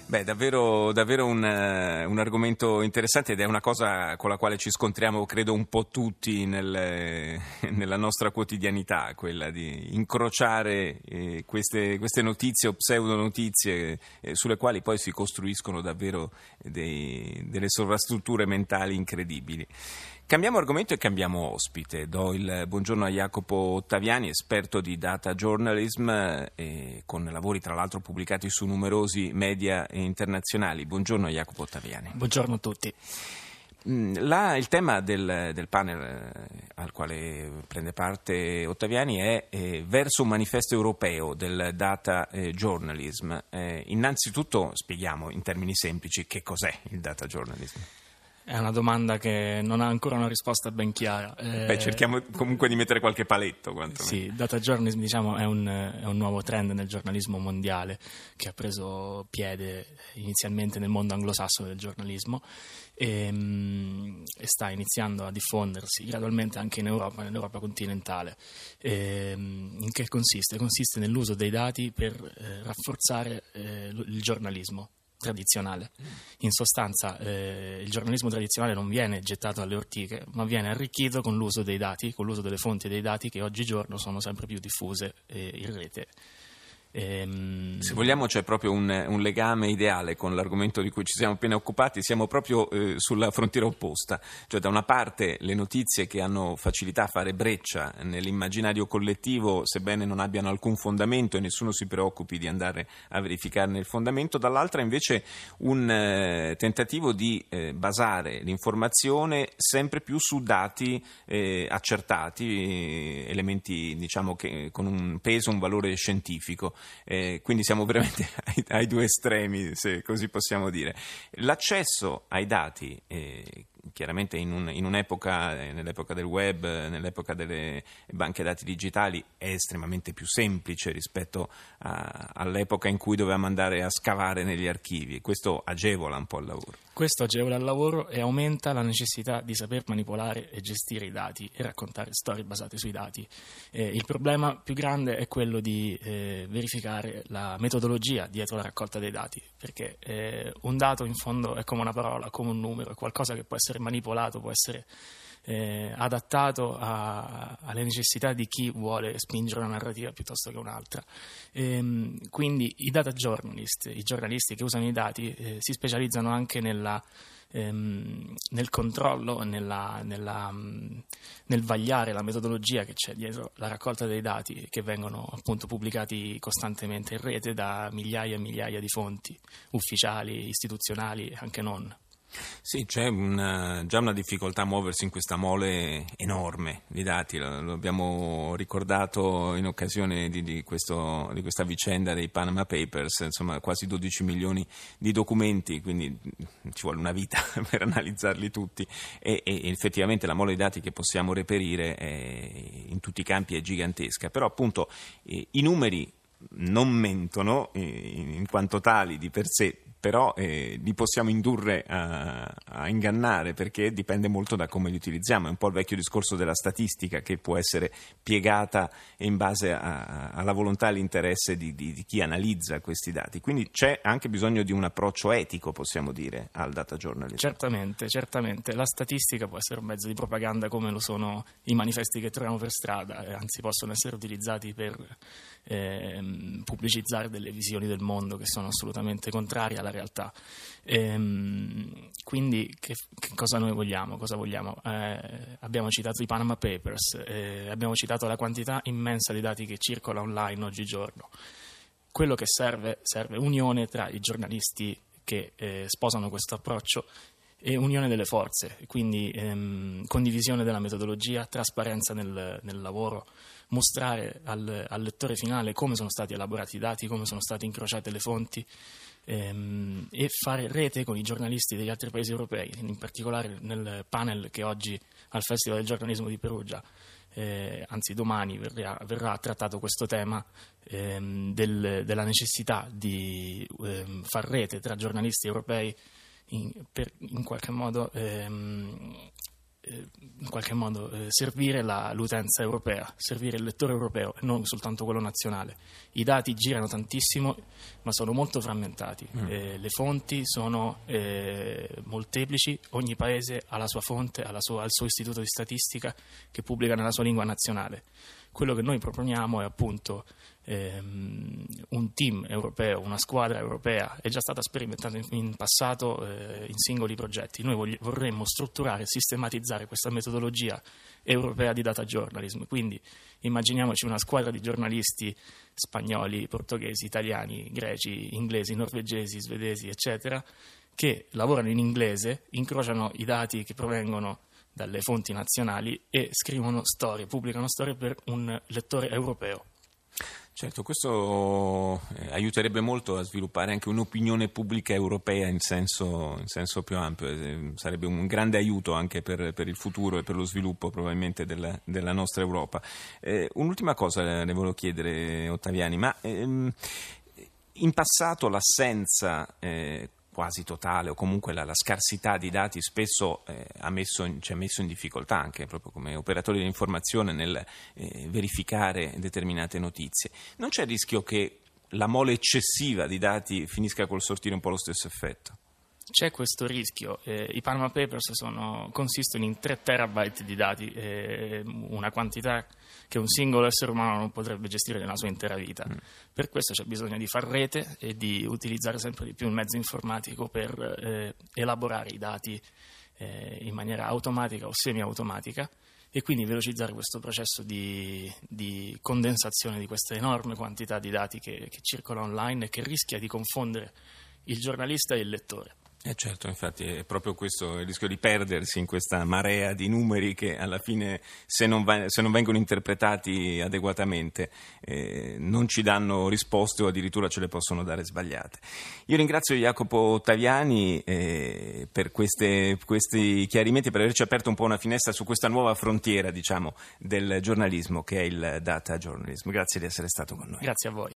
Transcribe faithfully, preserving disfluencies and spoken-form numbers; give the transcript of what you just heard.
Beh, davvero, davvero un, uh, un argomento interessante ed è una cosa con la quale ci scontriamo, credo, un po' tutti nel, nella nostra quotidianità, quella di incrociare eh, queste, queste notizie o pseudonotizie eh, sulle quali poi si costruiscono davvero dei, delle sovrastrutture mentali incredibili. Cambiamo argomento e cambiamo ospite. Do il buongiorno a Jacopo Ottaviani, esperto di data journalism, eh, con lavori tra l'altro pubblicati su numerosi media internazionali. Buongiorno Jacopo Ottaviani. Buongiorno a tutti. La, il tema del, del panel eh, al quale prende parte Ottaviani è eh, verso un manifesto europeo del data eh, journalism. Eh, innanzitutto spieghiamo in termini semplici che cos'è il data journalism. È una domanda che non ha ancora una risposta ben chiara. Eh, Beh, cerchiamo comunque di mettere qualche paletto. Sì, data journalism diciamo, è, un, è un nuovo trend nel giornalismo mondiale che ha preso piede inizialmente nel mondo anglosassone del giornalismo e, mh, e sta iniziando a diffondersi gradualmente anche in Europa, nell'Europa continentale. E, mh, in che consiste? Consiste nell'uso dei dati per eh, rafforzare eh, il giornalismo tradizionale. In sostanza eh, il giornalismo tradizionale non viene gettato alle ortiche, ma viene arricchito con l'uso dei dati, con l'uso delle fonti dei dati che oggigiorno sono sempre più diffuse eh, in rete. Ehm... Se vogliamo c'è proprio un, un legame ideale con l'argomento di cui ci siamo appena occupati, siamo proprio eh, sulla frontiera opposta, cioè da una parte le notizie che hanno facilità a fare breccia nell'immaginario collettivo, sebbene non abbiano alcun fondamento e nessuno si preoccupi di andare a verificarne il fondamento, dall'altra invece un eh, tentativo di eh, basare l'informazione sempre più su dati eh, accertati, eh, elementi diciamo che con un peso, un valore scientifico. Eh, quindi siamo veramente ai, ai due estremi, se così possiamo dire. L'accesso ai dati eh, chiaramente in, un, in un'epoca, eh, nell'epoca del web, nell'epoca delle banche dati digitali è estremamente più semplice rispetto a, all'epoca in cui dovevamo andare a scavare negli archivi. Questo agevola un po' il lavoro. Questo agevola il lavoro e aumenta la necessità di saper manipolare e gestire i dati e raccontare storie basate sui dati. Eh, il problema più grande è quello di eh, verificare la metodologia dietro la raccolta dei dati, perché eh, un dato in fondo è come una parola, come un numero, è qualcosa che può essere manipolato, può essere eh, adattato a, alle necessità di chi vuole spingere una narrativa piuttosto che un'altra. E, quindi i data journalist, i giornalisti che usano i dati, eh, si specializzano anche nella Ehm, nel controllo, nella, nella, mh, nel vagliare la metodologia che c'è dietro la raccolta dei dati che vengono appunto pubblicati costantemente in rete da migliaia e migliaia di fonti ufficiali, istituzionali e anche non. Sì, c'è una, già una difficoltà a muoversi in questa mole enorme di dati, lo, lo abbiamo ricordato in occasione di, di, questo, di questa vicenda dei Panama Papers, insomma quasi dodici milioni di documenti, quindi ci vuole una vita per analizzarli tutti e, e effettivamente la mole di dati che possiamo reperire è, in tutti i campi è gigantesca, però appunto eh, i numeri non mentono eh, in quanto tali di per sé, però eh, li possiamo indurre a, a ingannare perché dipende molto da come li utilizziamo. È un po' il vecchio discorso della statistica che può essere piegata in base a, a, alla volontà e all'interesse di, di, di chi analizza questi dati. Quindi c'è anche bisogno di un approccio etico, possiamo dire, al data journalism. Certamente, certamente. La statistica può essere un mezzo di propaganda come lo sono i manifesti che troviamo per strada, eh, anzi possono essere utilizzati per eh, pubblicizzare delle visioni del mondo che sono assolutamente contrarie alla realtà. Ehm, quindi che, che cosa noi vogliamo? Cosa vogliamo? Eh, abbiamo citato i Panama Papers, eh, abbiamo citato la quantità immensa di dati che circola online oggigiorno. Quello che serve, serve unione tra i giornalisti che eh, sposano questo approccio e unione delle forze, quindi ehm, condivisione della metodologia, trasparenza nel, nel lavoro, mostrare al, al lettore finale come sono stati elaborati i dati, come sono state incrociate le fonti ehm, e fare rete con i giornalisti degli altri paesi europei, in particolare nel panel che oggi al Festival del Giornalismo di Perugia, eh, anzi domani verrà, verrà trattato questo tema ehm, del, della necessità di ehm, far rete tra giornalisti europei in, per in qualche modo ehm, in qualche modo eh, servire la, l'utenza europea, servire il lettore europeo e non soltanto quello nazionale. I dati girano tantissimo, ma sono molto frammentati. Mm. Eh, le fonti sono eh, molteplici, ogni paese ha la sua fonte, ha la sua, ha il suo istituto di statistica che pubblica nella sua lingua nazionale. Quello che noi proponiamo è appunto ehm, un team europeo, una squadra europea, è già stata sperimentata in, in passato eh, in singoli progetti. Noi vogli, vorremmo strutturare e sistematizzare questa metodologia europea di data journalism. Quindi immaginiamoci una squadra di giornalisti spagnoli, portoghesi, italiani, greci, inglesi, norvegesi, svedesi, eccetera, che lavorano in inglese, incrociano i dati che provengono dalle fonti nazionali e scrivono storie, pubblicano storie per un lettore europeo. Certo, questo aiuterebbe molto a sviluppare anche un'opinione pubblica europea in senso, in senso più ampio, sarebbe un grande aiuto anche per, per il futuro e per lo sviluppo probabilmente della, della nostra Europa. Eh, un'ultima cosa le volevo chiedere, Ottaviani, ma ehm, in passato l'assenza eh, quasi totale o comunque la, la scarsità di dati spesso eh, ha messo in, ci ha messo in difficoltà anche proprio come operatori dell'informazione nel eh, verificare determinate notizie. Non c'è il rischio che la mole eccessiva di dati finisca col sortire un po' lo stesso effetto? C'è questo rischio. Eh, I Panama Papers sono, consistono in tre terabyte di dati, eh, una quantità che un singolo essere umano non potrebbe gestire nella sua intera vita. Mm. Per questo c'è bisogno di far rete e di utilizzare sempre di più il mezzo informatico per eh, elaborare i dati eh, in maniera automatica o semi-automatica e quindi velocizzare questo processo di, di condensazione di questa enorme quantità di dati che, che circola online e che rischia di confondere il giornalista e il lettore. Eh certo, infatti è proprio questo il rischio di perdersi in questa marea di numeri che alla fine se non, va, se non vengono interpretati adeguatamente eh, non ci danno risposte o addirittura ce le possono dare sbagliate. Io ringrazio Jacopo Ottaviani eh, per queste, questi chiarimenti, per averci aperto un po' una finestra su questa nuova frontiera, diciamo, del giornalismo che è il data journalism. Grazie di essere stato con noi. Grazie a voi.